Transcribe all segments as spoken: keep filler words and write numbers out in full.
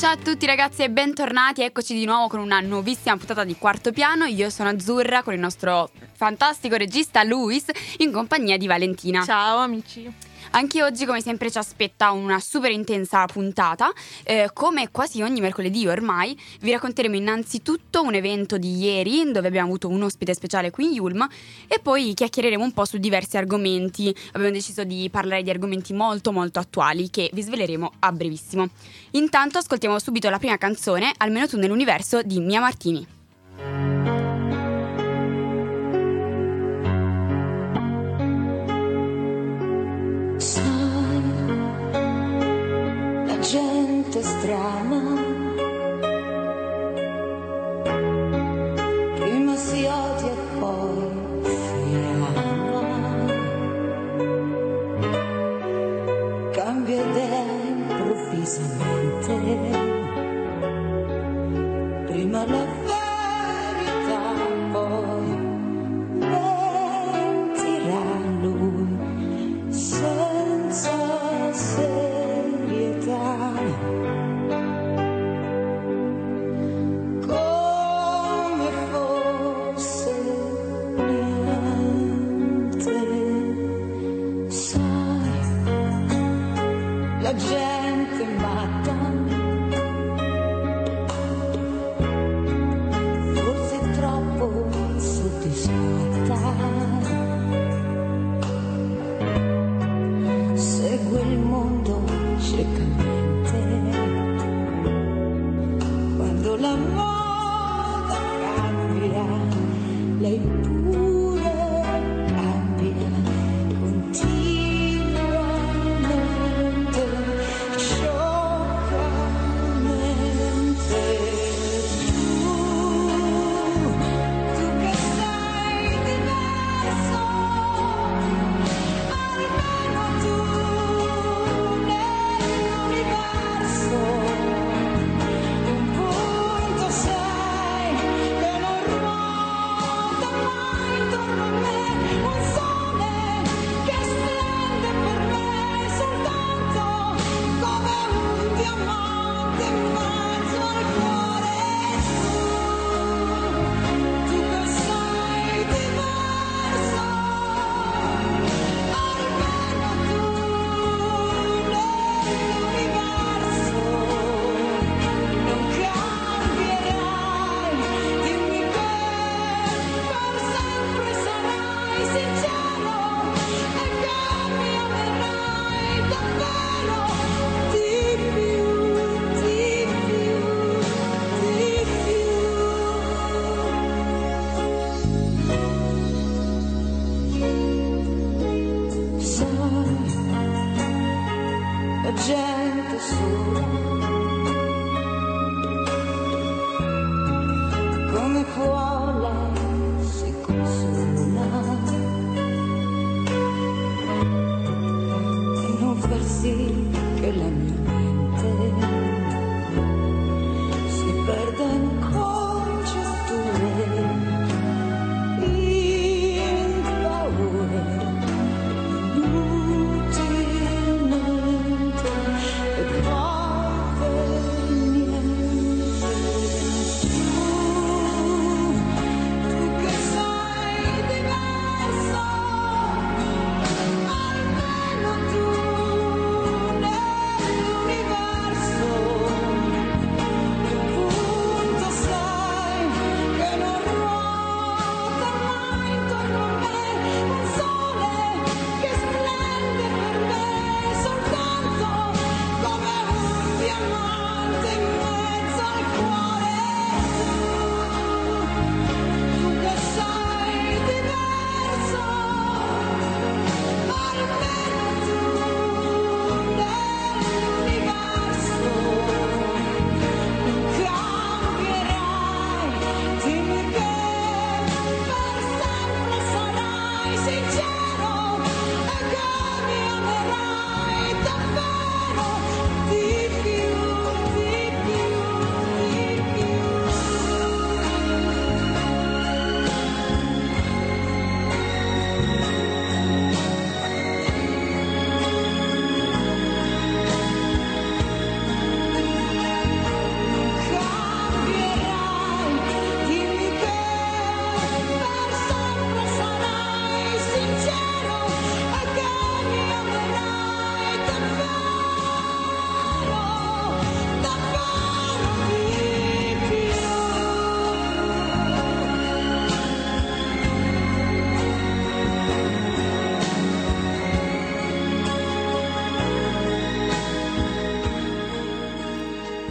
Ciao a tutti ragazzi e bentornati, eccoci di nuovo con una nuovissima puntata di Quarto Piano. Io sono Azzurra con il nostro fantastico regista Luis in compagnia di Valentina. Ciao amici. Anche oggi come sempre ci aspetta una super intensa puntata, eh, come quasi ogni mercoledì ormai vi racconteremo innanzitutto un evento di ieri dove abbiamo avuto un ospite speciale qui in Yulm e poi chiacchiereremo un po' su diversi argomenti. Abbiamo deciso di parlare di argomenti molto molto attuali che vi sveleremo a brevissimo. Intanto ascoltiamo subito la prima canzone, Almeno tu nell'universo di Mia Martini. Gente strana, prima si odia e poi si ama, cambia idea improvvisamente, prima la verità, poi mentirà lui senza serietà. Come fosse niente, sai, la gente matta, forse troppo soddisfatta, segue il mondo ciecamente, quando la moda cambia, lei pure cambia continuamente, scioccamente. Tu, tu che sei diverso, almeno tu nell'universo, un punto sei che non ruota mai intorno a me, un sole che splende per me soltanto come un diamante in mezzo al cuore. Tu, tu che sei diverso, almeno tu nell'universo non cambierai, dimmi che per sempre sarai sincero e che mi amerai davvero di più, di più, di più. Sai, la gente sola, come può lei si consola e non far sì che la mia mente si perda in congetture, in paure, inutilmente.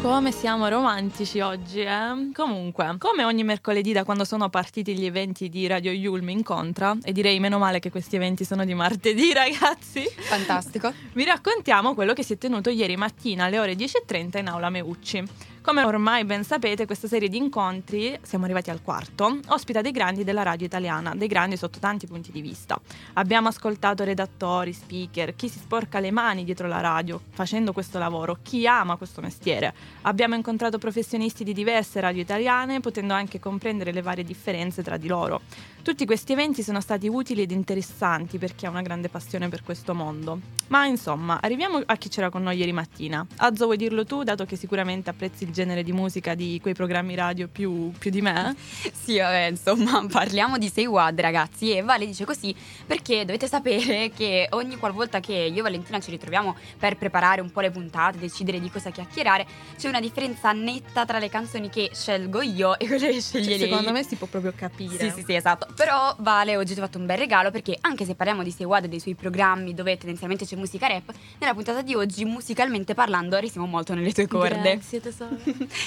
Come siamo romantici oggi, eh? Comunque, come ogni mercoledì da quando sono partiti gli eventi di Radio Yulm mi incontra, e direi meno male che questi eventi sono di martedì, ragazzi. Fantastico. Vi raccontiamo quello che si è tenuto ieri mattina alle ore dieci e trenta in Aula Meucci. Come ormai ben sapete, questa serie di incontri, siamo arrivati al quarto, ospita dei grandi della radio italiana, dei grandi sotto tanti punti di vista. Abbiamo ascoltato redattori, speaker, chi si sporca le mani dietro la radio facendo questo lavoro, chi ama questo mestiere. Abbiamo incontrato professionisti di diverse radio italiane, potendo anche comprendere le varie differenze tra di loro. Tutti questi eventi sono stati utili ed interessanti per chi ha una grande passione per questo mondo. Ma insomma, arriviamo a chi c'era con noi ieri mattina. Azzo, vuoi dirlo tu, dato che sicuramente apprezzi il genere di musica di quei programmi radio più, più di me? Sì, vabbè, insomma, parliamo di Say What, ragazzi, e Vale dice così perché dovete sapere che ogni qualvolta che io e Valentina ci ritroviamo per preparare un po' le puntate, decidere di cosa chiacchierare, c'è una differenza netta tra le canzoni che scelgo io e quelle che sceglie Cioè, lei. secondo me si può proprio capire. Sì, sì, sì, esatto. Però Vale oggi ti ho fatto un bel regalo, perché anche se parliamo di Say What e dei suoi programmi dove tendenzialmente c'è musica rap, nella puntata di oggi, musicalmente parlando, risiamo molto nelle tue corde. Grazie tesoro.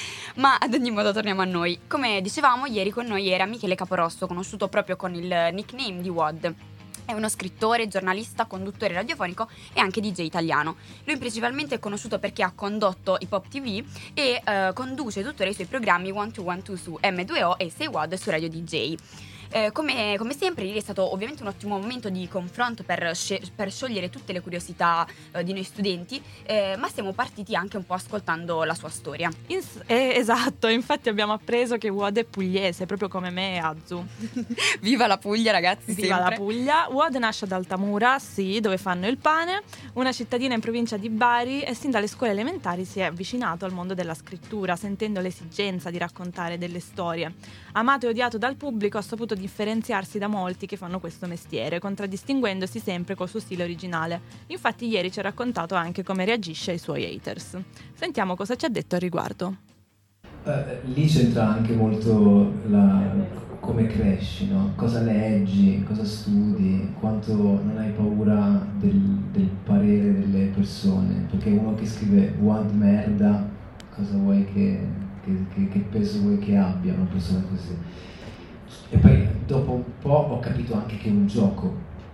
Ma ad ogni modo torniamo a noi. Come dicevamo, ieri con noi era Michele Caporosso, conosciuto proprio con il nickname di W O D. È uno scrittore, giornalista, conduttore radiofonico e anche D J italiano. Lui principalmente è conosciuto perché ha condotto Hip Hop T V e eh, conduce tuttora i suoi programmi uno due uno due su M due O e Say What su Radio D J. Eh, come, come sempre ieri è stato ovviamente un ottimo momento di confronto per, sce- per sciogliere tutte le curiosità eh, di noi studenti, eh, ma siamo partiti anche un po' ascoltando la sua storia. Ins- eh, esatto, infatti abbiamo appreso che W O D è pugliese, proprio come me e Azu. Viva la Puglia, ragazzi! Viva sempre. la Puglia! W O D nasce ad Altamura, sì, dove fanno il pane, una cittadina in provincia di Bari, e sin dalle scuole elementari si è avvicinato al mondo della scrittura, sentendo l'esigenza di raccontare delle storie. Amato e odiato dal pubblico, ha saputo differenziarsi da molti che fanno questo mestiere, contraddistinguendosi sempre col suo stile originale. Infatti ieri ci ha raccontato anche come reagisce ai suoi haters. Sentiamo cosa ci ha detto al riguardo. Eh, lì c'entra anche molto la, come cresci, no? Cosa leggi, cosa studi, quanto non hai paura del, del parere delle persone, perché uno che scrive "what merda", cosa vuoi che, che, che, che peso vuoi che abbia una persona così? E poi dopo un po' ho capito anche che è un gioco.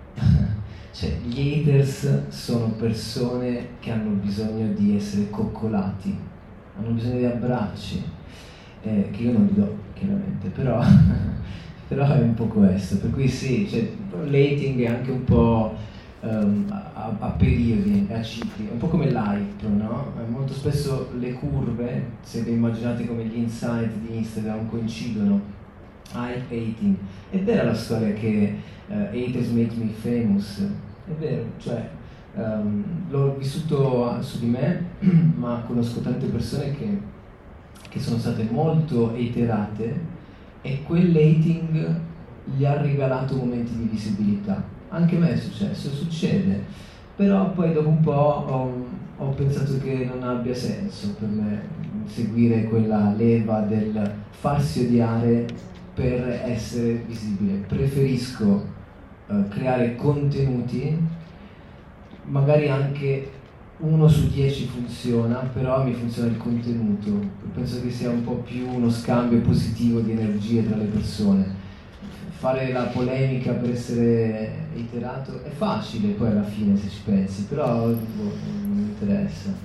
Cioè, gli haters sono persone che hanno bisogno di essere coccolati, hanno bisogno di abbracci, eh, che io non li do, chiaramente, però, però è un po' questo. Per cui sì, cioè, l'hating è anche un po' um, a, a periodi, a cicli, un po' come l'hype, no? Molto spesso le curve, se vi immaginate come gli insight di Instagram, coincidono. Hype, hating. È vera la storia che uh, haters make me famous, è vero, cioè um, l'ho vissuto su di me, ma conosco tante persone che, che sono state molto haterate e quell'hating gli ha regalato momenti di visibilità. Anche a me è successo, succede, però poi dopo un po' ho, ho pensato che non abbia senso per me seguire quella leva del farsi odiare per essere visibile. Preferisco uh, creare contenuti, magari anche uno su dieci funziona, però mi funziona il contenuto. Penso che sia un po' più uno scambio positivo di energie tra le persone. Fare la polemica per essere iterato è facile poi alla fine, se ci pensi, però boh, non mi interessa.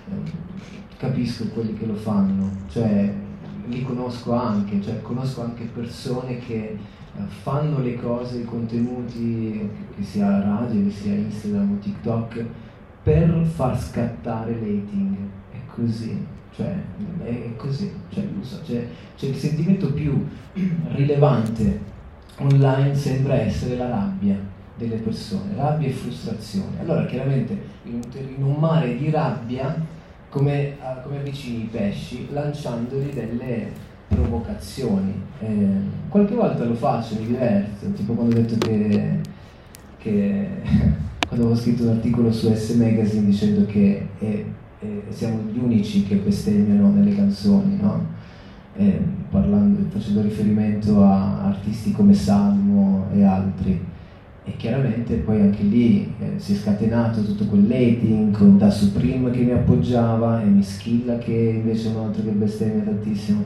Capisco quelli che lo fanno, cioè li conosco anche, cioè conosco anche persone che uh, fanno le cose, i contenuti, che sia radio, che sia Instagram o TikTok, per far scattare l'hating. È così, cioè è così, cioè, non so, cioè, cioè il sentimento più rilevante online sembra essere la rabbia delle persone, rabbia e frustrazione. Allora chiaramente in un, in un mare di rabbia come, come avvicini i pesci, lanciandogli delle provocazioni. Eh, qualche volta lo faccio, mi diverto, tipo quando ho detto che, che quando avevo scritto un articolo su S Magazine dicendo che eh, eh, siamo gli unici che bestemmiano nelle canzoni, no? Eh, parlando, facendo riferimento a artisti come Salmo e altri. E chiaramente poi anche lì eh, si è scatenato tutto quel hating con Da Supreme che mi appoggiava e Mischilla che invece è un altro che bestemmia tantissimo.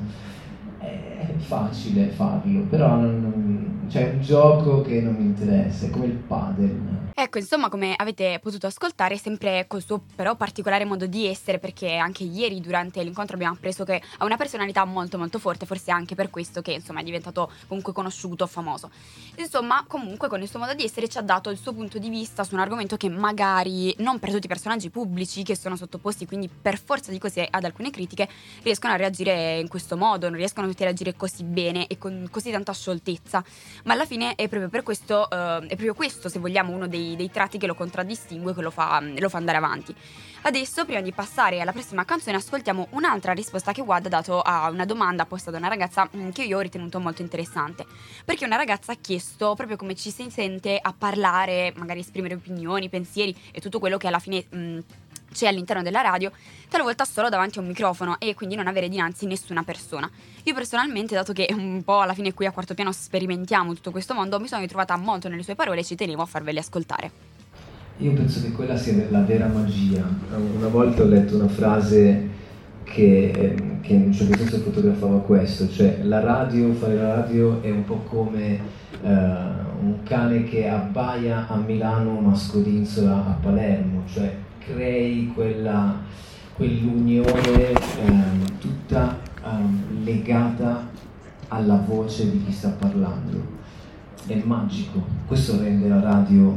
È facile farlo, però non, non, c'è un gioco che non mi interessa, è come il padel. Ecco, insomma, come avete potuto ascoltare, sempre col suo però particolare modo di essere, perché anche ieri durante l'incontro abbiamo appreso che ha una personalità molto molto forte, forse anche per questo che insomma è diventato comunque conosciuto, famoso. Insomma, comunque con il suo modo di essere ci ha dato il suo punto di vista su un argomento che magari non per tutti i personaggi pubblici che sono sottoposti, quindi per forza di cose, ad alcune critiche, riescono a reagire in questo modo, non riescono tutti a reagire così bene e con così tanta scioltezza. Ma alla fine è proprio per questo, eh, è proprio questo, se vogliamo, uno dei dei tratti che lo contraddistingue, che lo fa, lo fa andare avanti. Adesso, prima di passare alla prossima canzone, ascoltiamo un'altra risposta che Wad ha dato a una domanda posta da una ragazza mh, che io ho ritenuto molto interessante, perché una ragazza ha chiesto proprio come ci si sente a parlare, magari esprimere opinioni, pensieri e tutto quello che alla fine mh, c'è all'interno della radio, talvolta solo davanti a un microfono e quindi non avere dinanzi nessuna persona. Io personalmente, dato che un po' alla fine qui a Quarto Piano sperimentiamo tutto questo mondo, mi sono ritrovata molto nelle sue parole e ci tenevo a farvele ascoltare. Io penso che quella sia la vera magia. Una volta ho letto una frase che, che in un certo senso fotografava questo, cioè la radio, fare la radio è un po' come uh, un cane che abbaia a Milano ma scodinzola a Palermo, cioè crei quella, quell'unione um, tutta um, legata alla voce di chi sta parlando. È magico, questo rende la radio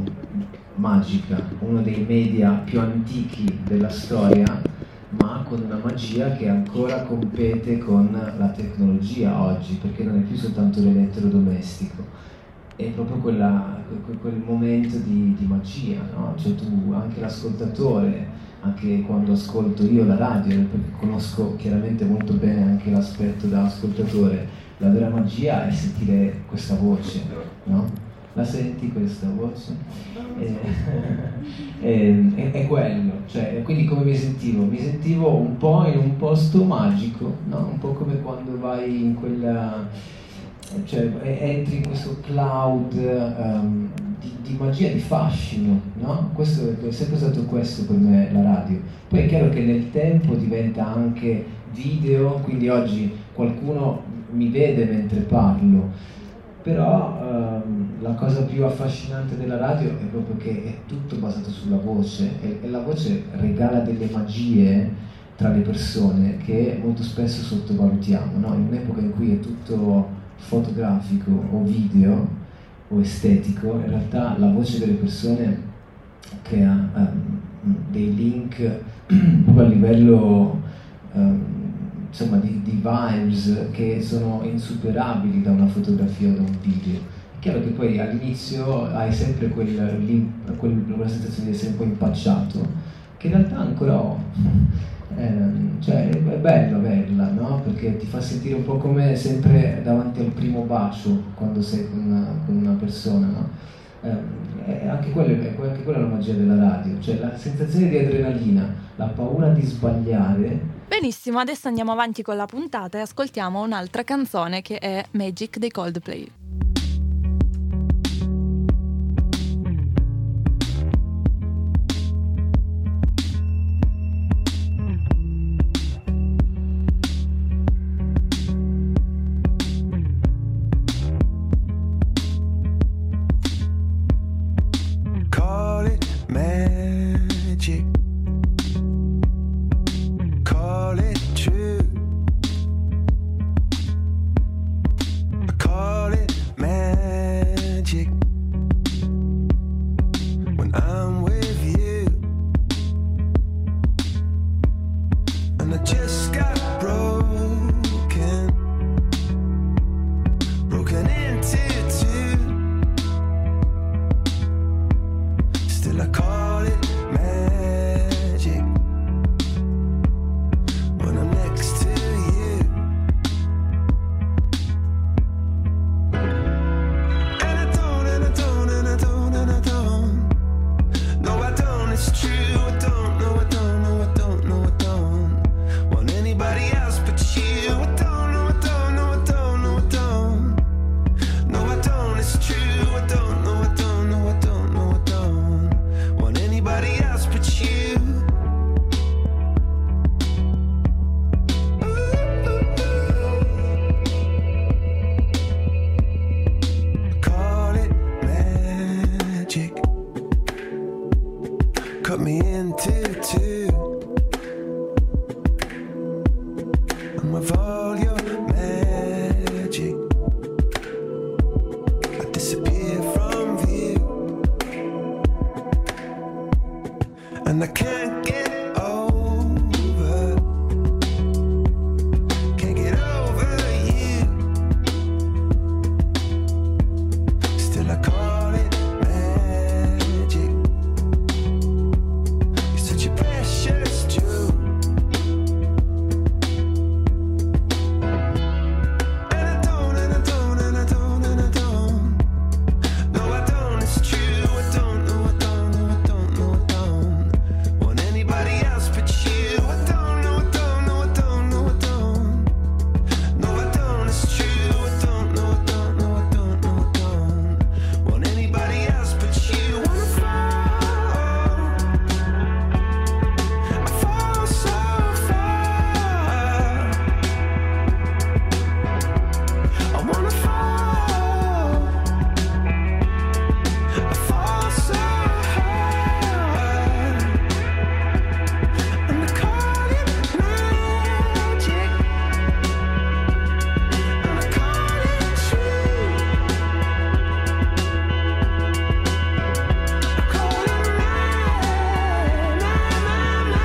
magica, uno dei media più antichi della storia, ma con una magia che ancora compete con la tecnologia oggi, perché non è più soltanto l'elettrodomestico, è proprio quella, quel momento di, di magia, no? Cioè tu, anche l'ascoltatore, anche quando ascolto io la radio, perché conosco chiaramente molto bene anche l'aspetto da ascoltatore, la vera magia è sentire questa voce, no? La senti questa voce? E, e, è, è quello, cioè, quindi come mi sentivo? Mi sentivo un po' in un posto magico, no? Un po' come quando vai in quella, cioè entri in questo cloud um, di, di magia, di fascino, no? Questo è sempre stato questo per me la radio. Poi è chiaro che nel tempo diventa anche video, quindi oggi qualcuno mi vede mentre parlo, però um, la cosa più affascinante della radio è proprio che è tutto basato sulla voce e, e la voce regala delle magie tra le persone che molto spesso sottovalutiamo, no? In un'epoca in cui è tutto fotografico o video o estetico, in realtà la voce delle persone crea um, dei link proprio a livello um, insomma di, di vibes che sono insuperabili da una fotografia o da un video. È chiaro che poi all'inizio hai sempre quel, quel, quella sensazione di essere un po' impacciato, che in realtà ancora ho. Eh, cioè è bello averla, no? Perché ti fa sentire un po' come sempre davanti al primo bacio quando sei con una, con una persona, no? Eh, anche, quello, anche quella è la magia della radio, cioè la sensazione di adrenalina, la paura di sbagliare. Benissimo, adesso andiamo avanti con la puntata e ascoltiamo un'altra canzone che è Magic dei Coldplay. Call it magic. Call it true. I call it magic when I'm with you. And I just got broken, broken into two. Still I call it magic when I'm next to you. And I don't, and I don't, and I don't, and I don't. No, I don't, it's true. I don't, no, I don't, no, I don't, no, I don't want anybody else but you. I don't, no, I don't, no, I don't, no, I don't. No, I don't, it's true. I don't, no, I don't, no, I don't. cut me into two. And with all your magic, I disappear from view. And I can't get over, can't get over you. Still I call it magic. You're such a precious jewel. And I don't, and I don't, and I don't, and I don't. No, I don't, it's true. I don't, no, I don't, no, I don't, no, I don't want anybody else but you. I don't, no, I don't, no, I don't, no, I don't. No, I don't, it's true. I don't, no, I don't, no, I don't, no, I don't want anybody else but you. Wanna fall, I fall so far. I wanna fall, I fall so hard. And I call it magic, and I call it true. I call it ma- ma- ma-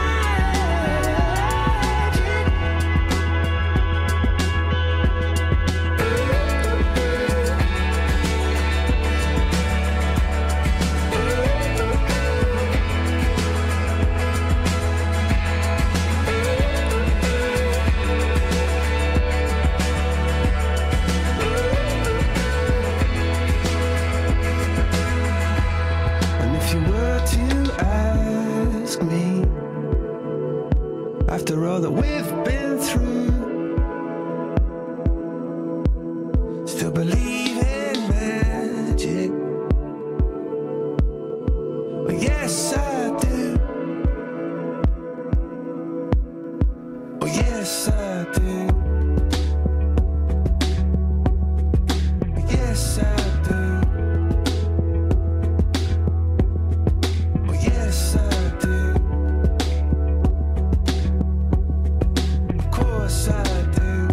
And if you were to ask me, after all that we've been through, still believe in magic? Well, yes, I do. Oh, yes, I do. Oh, yes, I do. Oh, yes, I do. Of course I do.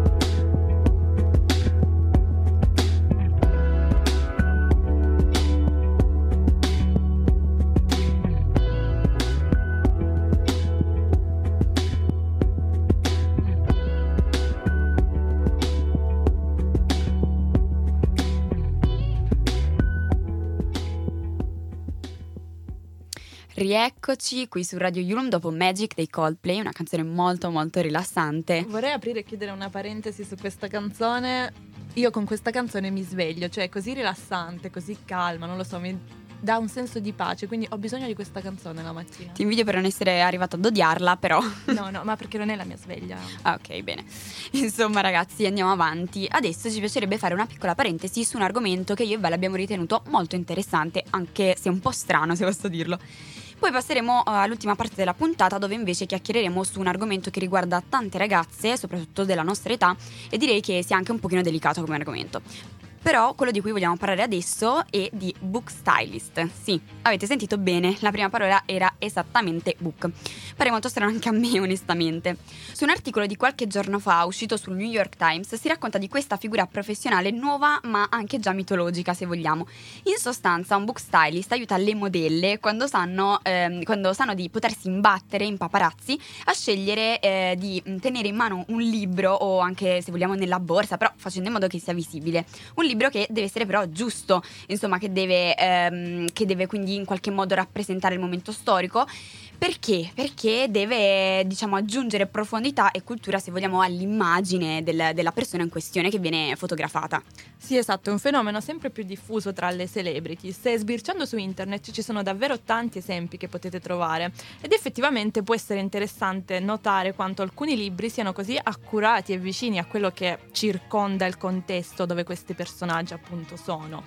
Rieccoci qui su Radio Yulm dopo Magic dei Coldplay, una canzone molto molto rilassante. Vorrei aprire e chiudere una parentesi su questa canzone. Io con questa canzone mi sveglio, cioè è così rilassante, così calma, non lo so, mi dà un senso di pace, quindi ho bisogno di questa canzone la mattina. Ti invidio per non essere arrivato ad odiarla, però. No, no, ma perché non è la mia sveglia. Ah, ok, bene. Insomma, ragazzi, andiamo avanti. Adesso ci piacerebbe fare una piccola parentesi su un argomento che io e Val abbiamo ritenuto molto interessante, anche se un po' strano, se posso dirlo. Poi passeremo uh, all'ultima parte della puntata, dove invece chiacchiereremo su un argomento che riguarda tante ragazze, soprattutto della nostra età, e direi che sia anche un pochino delicato come argomento. Però quello di cui vogliamo parlare adesso è di book stylist. Sì, avete sentito bene, la prima parola era esattamente book. Pare molto strano anche a me, onestamente. Su un articolo di qualche giorno fa, uscito sul New York Times, si racconta di questa figura professionale nuova, ma anche già mitologica, se vogliamo. In sostanza, un book stylist aiuta le modelle quando sanno, ehm, quando sanno di potersi imbattere in paparazzi a scegliere eh, di tenere in mano un libro, o anche, se vogliamo, nella borsa, però facendo in modo che sia visibile. Un libro che deve essere però giusto, insomma, che deve, ehm, che deve quindi in qualche modo rappresentare il momento storico. Perché? Perché deve, diciamo, aggiungere profondità e cultura, se vogliamo, all'immagine del, della persona in questione che viene fotografata. Sì, esatto, è un fenomeno sempre più diffuso tra le celebrities e sbirciando su internet ci sono davvero tanti esempi che potete trovare, ed effettivamente può essere interessante notare quanto alcuni libri siano così accurati e vicini a quello che circonda il contesto dove questi personaggi appunto sono, che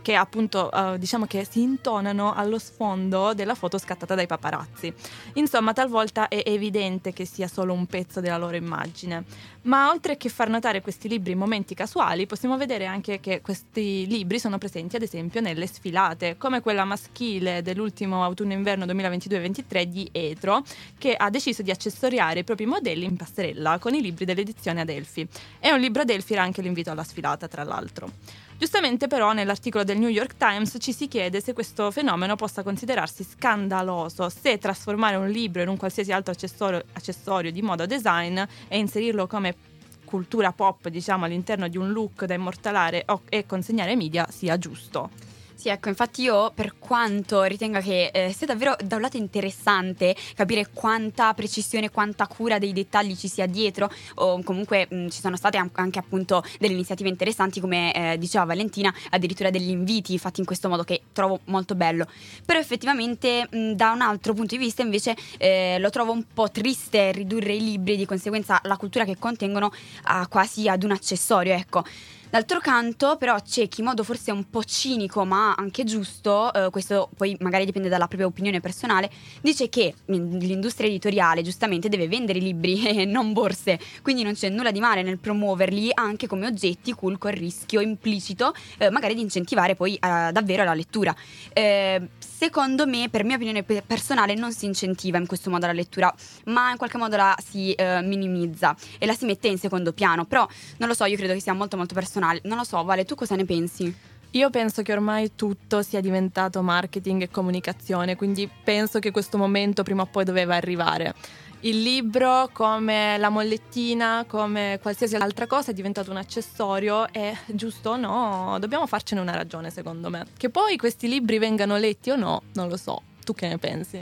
che appunto uh, diciamo che si intonano allo sfondo della foto scattata dai paparazzi. Insomma, talvolta è evidente che sia solo un pezzo della loro immagine. Ma oltre che far notare questi libri in momenti casuali, possiamo vedere anche che questi libri sono presenti ad esempio nelle sfilate, come quella maschile dell'ultimo autunno-inverno duemilaventidue ventitré di Etro, che ha deciso di accessoriare i propri modelli in passerella con i libri dell'edizione Adelphi. E un libro Adelphi era anche l'invito alla sfilata, tra l'altro. Giustamente però nell'articolo del New York Times ci si chiede se questo fenomeno possa considerarsi scandaloso, se trasformare un libro in un qualsiasi altro accessorio, accessorio di moda o design e inserirlo come cultura pop, diciamo, all'interno di un look da immortalare o, e consegnare ai media sia giusto. Sì, ecco, infatti io, per quanto ritenga che eh, sia davvero da un lato interessante capire quanta precisione, quanta cura dei dettagli ci sia dietro, o comunque mh, ci sono state anche appunto delle iniziative interessanti, come eh, diceva Valentina, addirittura degli inviti fatti in questo modo, che trovo molto bello. Però effettivamente mh, da un altro punto di vista invece eh, lo trovo un po' triste ridurre i libri e di conseguenza la cultura che contengono a quasi ad un accessorio, ecco. D'altro canto però c'è chi in modo forse un po' cinico ma anche giusto, eh, questo poi magari dipende dalla propria opinione personale, dice che l'industria editoriale giustamente deve vendere i libri e non borse, quindi non c'è nulla di male nel promuoverli anche come oggetti cool col rischio implicito eh, magari di incentivare poi eh, davvero la lettura. Eh, secondo me, per mia opinione personale, non si incentiva in questo modo la lettura, ma in qualche modo la si eh, minimizza e la si mette in secondo piano, però non lo so, io credo che sia molto molto personale. Non lo so, Vale, tu cosa ne pensi? Io penso che ormai tutto sia diventato marketing e comunicazione, quindi penso che questo momento prima o poi doveva arrivare. Il libro, come la mollettina, come qualsiasi altra cosa, è diventato un accessorio e, giusto o no, dobbiamo farcene una ragione, secondo me. Che poi questi libri vengano letti o no, non lo so. Tu che ne pensi?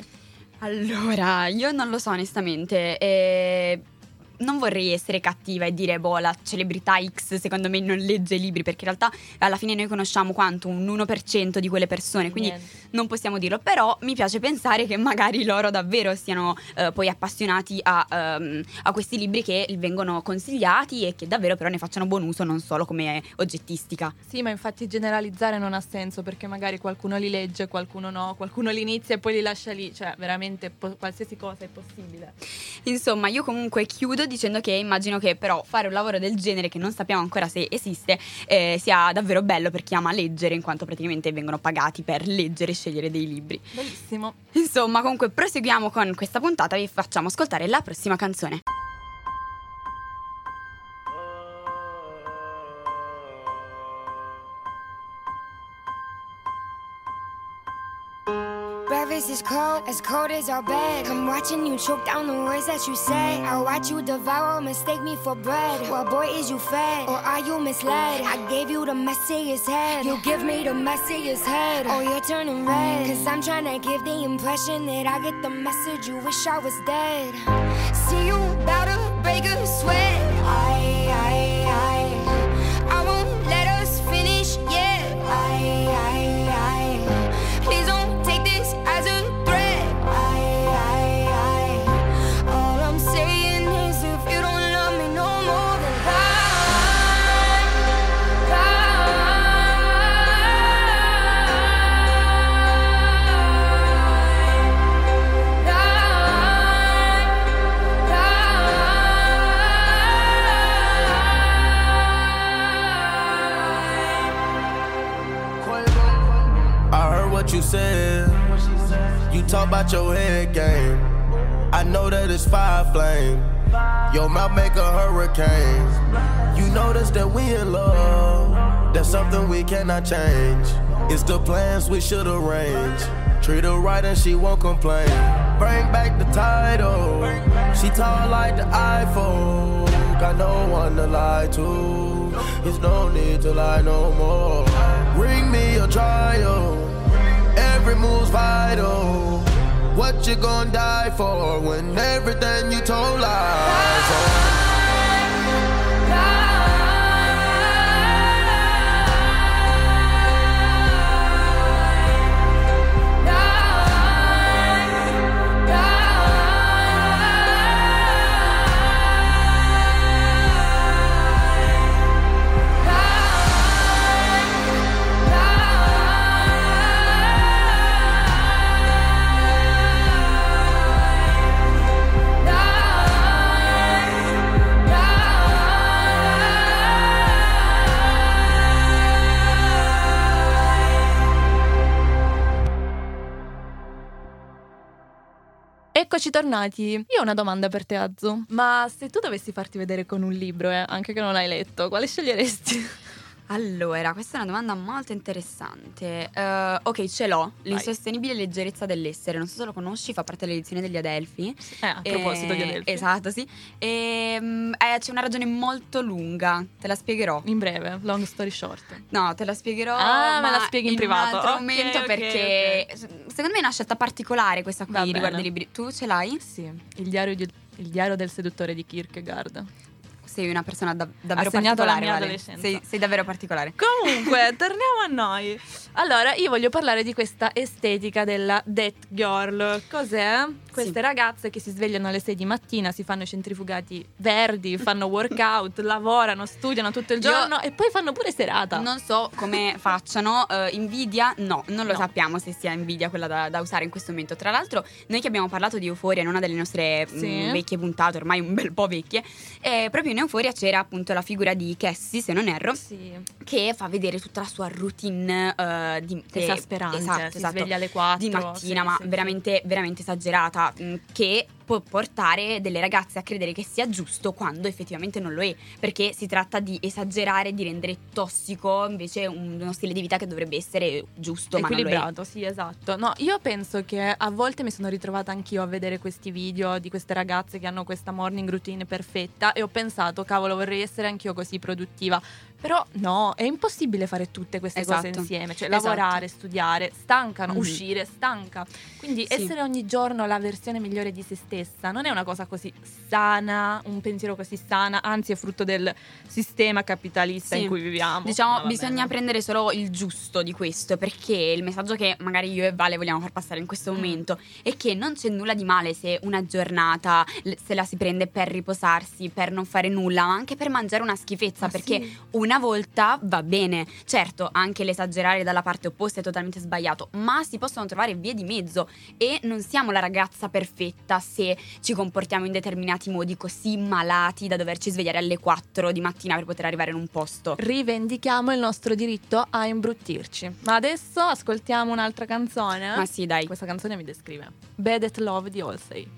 Allora, io non lo so onestamente. E... non vorrei essere cattiva e dire boh, la celebrità X secondo me non legge i libri, perché in realtà alla fine noi conosciamo quanto? Un uno per cento di quelle persone, quindi Niente. non possiamo dirlo. Però mi piace pensare che magari loro davvero siano eh, poi appassionati a, um, a questi libri che vengono consigliati e che davvero però ne facciano buon uso, non solo come oggettistica. Sì, ma infatti generalizzare non ha senso, perché magari qualcuno li legge, qualcuno no, qualcuno li inizia e poi li lascia lì, cioè veramente po- qualsiasi cosa è possibile. Insomma, io comunque chiudo dicendo che immagino che però fare un lavoro del genere, che non sappiamo ancora se esiste, eh, sia davvero bello per chi ama leggere, in quanto praticamente vengono pagati per leggere e scegliere dei libri. Bellissimo. Insomma, comunque proseguiamo con questa puntata e vi facciamo ascoltare la prossima canzone. Breakfast is cold, as cold as our bed. I'm watching you choke down the words that you say. I watch you devour, mistake me for bread. What boy is you fed, or are you misled? I gave you the messiest head, you give me the messiest head. Oh, you're turning red, cause I'm trying to give the impression that I get the message, you wish I was dead. See you about to break a sweat. I, I, I I won't let us finish yet. I, I, I Please don't take this as a threat. I, I, I All I'm saying is if you don't love me no more, then lie, lie, lie, lie. I heard what you said. You talk about your head game. I know that it's fire flame. Your mouth make a hurricane. You notice that we in love. That's something we cannot change. It's the plans we should arrange. Treat her right and she won't complain. Bring back the title. She tall like the Eiffel. Got no one to lie to. There's no need to lie no more. Ring me a trial. Every move's vital. What you gonna die for when everything you told lies on? Lie, lie, lie. eccoci tornati. Io ho una domanda per te, Azu. Ma se tu dovessi farti vedere con un libro, eh, anche che non hai letto, quale sceglieresti? Allora, questa è una domanda molto interessante. Uh, ok, ce l'ho. L'insostenibile leggerezza dell'essere. Non so se lo conosci, fa parte dell'edizione degli Adelphi. Eh, a proposito Eh, di Adelphi. Esatto, sì. E, mm, eh, c'è una ragione molto lunga. Te la spiegherò. In breve, long story short. No, te la spiegherò. Ah, me ma la spieghi in in privato. un altro Ok, momento ok, perché secondo me è una scelta particolare questa qui Va riguardo bene. i libri. Tu ce l'hai? Sì, il diario, di- il diario del seduttore di Kierkegaard. Sei una persona da- davvero Ha segnato la particolare, mia Vale. adolescenza. Sei, sei davvero particolare. Comunque, torniamo a noi. Allora, io voglio parlare di questa estetica della Death Girl. Cos'è? Queste Sì. ragazze che si svegliano alle sei di mattina, si fanno i centrifugati verdi, fanno workout, lavorano, studiano tutto il Io- giorno e poi fanno pure serata. Non so come facciano. eh, Nvidia, no, non lo No. sappiamo se sia Nvidia quella da, da usare in questo momento. Tra l'altro, noi che abbiamo parlato di Euphoria in una delle nostre Sì. mh, vecchie puntate, ormai un bel po' vecchie, eh, proprio in Euphoria c'era appunto la figura di Cassie, se non erro, Sì. che fa vedere tutta la sua routine eh, di, che- Esasperante, esatto, si esatto, sveglia alle quattro di mattina, sì, ma sì, sì. veramente, veramente esagerata, mh, che può portare delle ragazze a credere che sia giusto quando effettivamente non lo è, perché si tratta di esagerare, di rendere tossico invece un- uno stile di vita che dovrebbe essere giusto, ma non lo è. Equilibrato, sì, esatto. No, io penso che a volte mi sono ritrovata anch'io a vedere questi video di queste ragazze che hanno questa morning routine perfetta e ho pensato, cavolo, vorrei essere anch'io così produttiva. Però no, è impossibile fare tutte queste cose Esatto. insieme, cioè Esatto. lavorare, studiare, stancano, Mhm. uscire, stanca. Quindi Sì. essere ogni giorno la versione migliore di se stessa non è una cosa così sana, un pensiero così sana, anzi è frutto del sistema capitalista Sì. in cui viviamo. Diciamo, Ma va bisogna bene. prendere solo il giusto di questo, perché il messaggio che magari io e Vale vogliamo far passare in questo Mm. momento è che non c'è nulla di male se una giornata l- se la si prende per riposarsi, per non fare nulla, ma anche per mangiare una schifezza, Ma perché sì. una volta va bene. Certo, anche l'esagerare dalla parte opposta è totalmente sbagliato, ma si possono trovare vie di mezzo e non siamo la ragazza perfetta se ci comportiamo in determinati modi così malati da doverci svegliare alle quattro di mattina per poter arrivare in un posto. Rivendichiamo il nostro diritto a imbruttirci. Ma adesso ascoltiamo un'altra canzone. Ma sì, dai. Questa canzone mi descrive. Bad at Love di Halsey.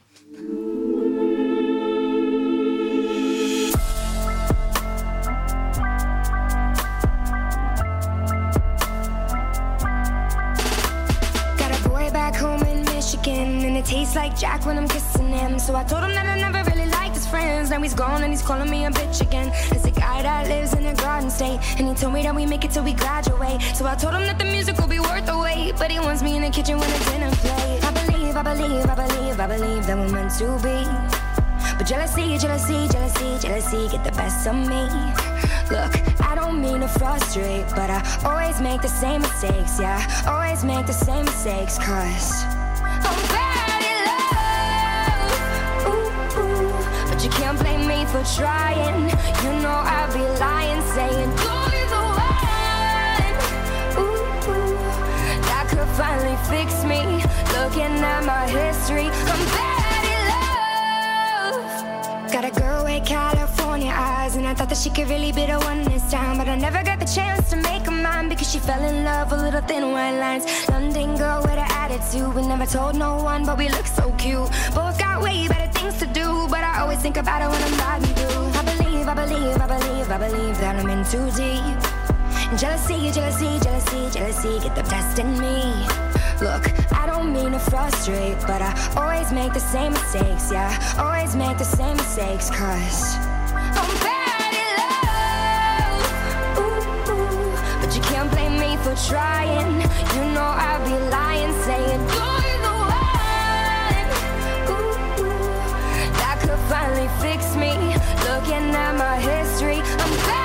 Got a boy back home in Michigan, and it tastes like Jack when I'm kissing him. So I told him that I never really liked his friends. Now he's gone and he's calling me a bitch again. There's a guy that lives in a garden state, and he told me that we make it till we graduate. So I told him that the music will be worth the wait, but he wants me in the kitchen when the dinner plate. I believe, I believe, I believe, I believe that we're meant to be. But jealousy, jealousy, jealousy, jealousy get the best of me. Look, I don't mean to frustrate, but I always make the same mistakes, yeah. Always make the same mistakes, cause I'm bad at love. Ooh, ooh. But you can't blame me for trying. You know I'd be lying, saying you're the one. Ooh, ooh. That could finally fix me. Looking at my history, I'm bad at love. Got a girl with California eyes, and I thought that she could really be the one this time, but I never got the chance to make her mine because she fell in love with little thin white lines. London girl with an attitude, we never told no one, but we look so cute. Both got way better things to do, but I always think about it when I'm riding through. I believe, I believe, I believe, I believe that I'm in too deep. Jealousy, jealousy, jealousy, jealousy get the best in me. Look, I don't mean to frustrate, but I always make the same mistakes, yeah. Always make the same mistakes, cause I'm bad at love. Ooh, ooh. But you can't blame me for trying. You know I'd be lying, saying you're the one. Ooh, ooh. That could finally fix me. Looking at my history, I'm bad.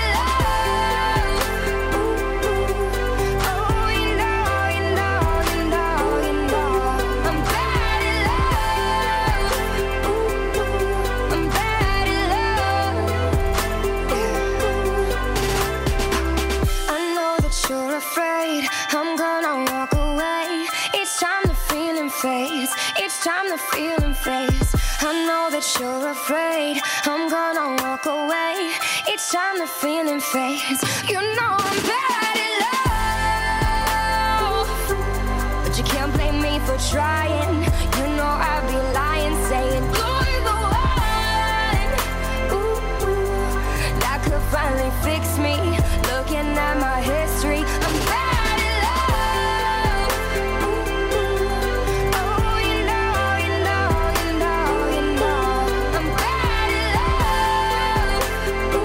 Each time the feeling fades, I know that you're afraid. I'm gonna walk away. Each time the feeling fades, you know I'm bad at love. But you can't blame me for trying. You know I'd be lying, saying you're the one. Ooh, ooh, that could finally fix me. Looking at my history, I'm bad at love. Ooh, ooh, oh, you know, you know, you know, you know, I'm bad at love.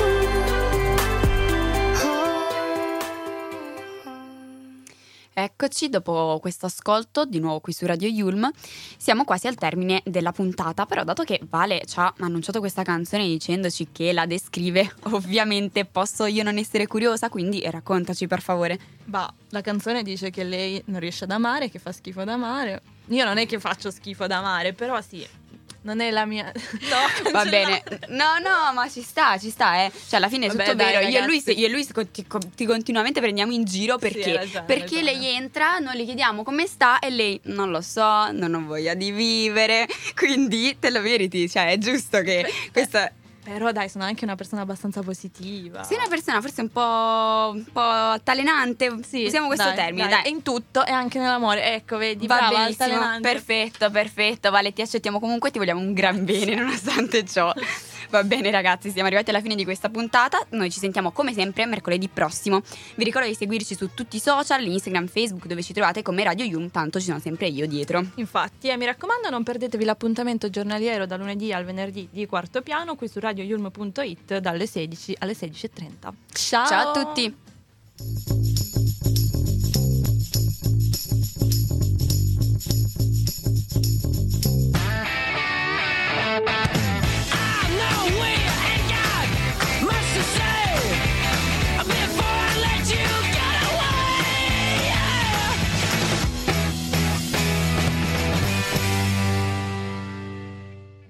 Ooh, ooh, oh. Eccoci, dopo questo ascolto, di nuovo qui su Radio Yulm, siamo quasi al termine della puntata, però dato che Vale ci ha annunciato questa canzone dicendoci che la descrive, ovviamente posso io non essere curiosa, quindi raccontaci per favore. Bah, la canzone dice che lei non riesce ad amare, che fa schifo ad amare. Io non è che faccio schifo ad amare, però sì, non è la mia... No, Va bene, no no ma ci sta, ci sta eh. Cioè alla fine è Vabbè, tutto dai, vero. Io e lui, ragazzi. io e lui ti, ti continuamente prendiamo in giro perché, Sì, hai ragione, perché hai ragione. lei entra, noi le chiediamo come sta e lei non lo so, non ho voglia di vivere, quindi te lo meriti, cioè è giusto che questa... Però dai, sono anche una persona abbastanza positiva. Sei una persona forse un po', un po' altalenante, Sì, usiamo questo dai, termine, dai. dai. E in tutto e anche nell'amore. Ecco, vedi, Va brava, benissimo, altalenante. perfetto, perfetto, Vale, ti accettiamo comunque, ti vogliamo un gran bene nonostante ciò. Va bene ragazzi, siamo arrivati alla fine di questa puntata, noi ci sentiamo come sempre mercoledì prossimo. Vi ricordo di seguirci su tutti i social, Instagram, Facebook, dove ci trovate come Radio Yulm, tanto ci sono sempre io dietro. Infatti, e mi raccomando, non perdetevi l'appuntamento giornaliero dal lunedì al venerdì di Quarto Piano qui su radio yulm punto it dalle sedici alle sedici e trenta. Ciao! Ciao a tutti!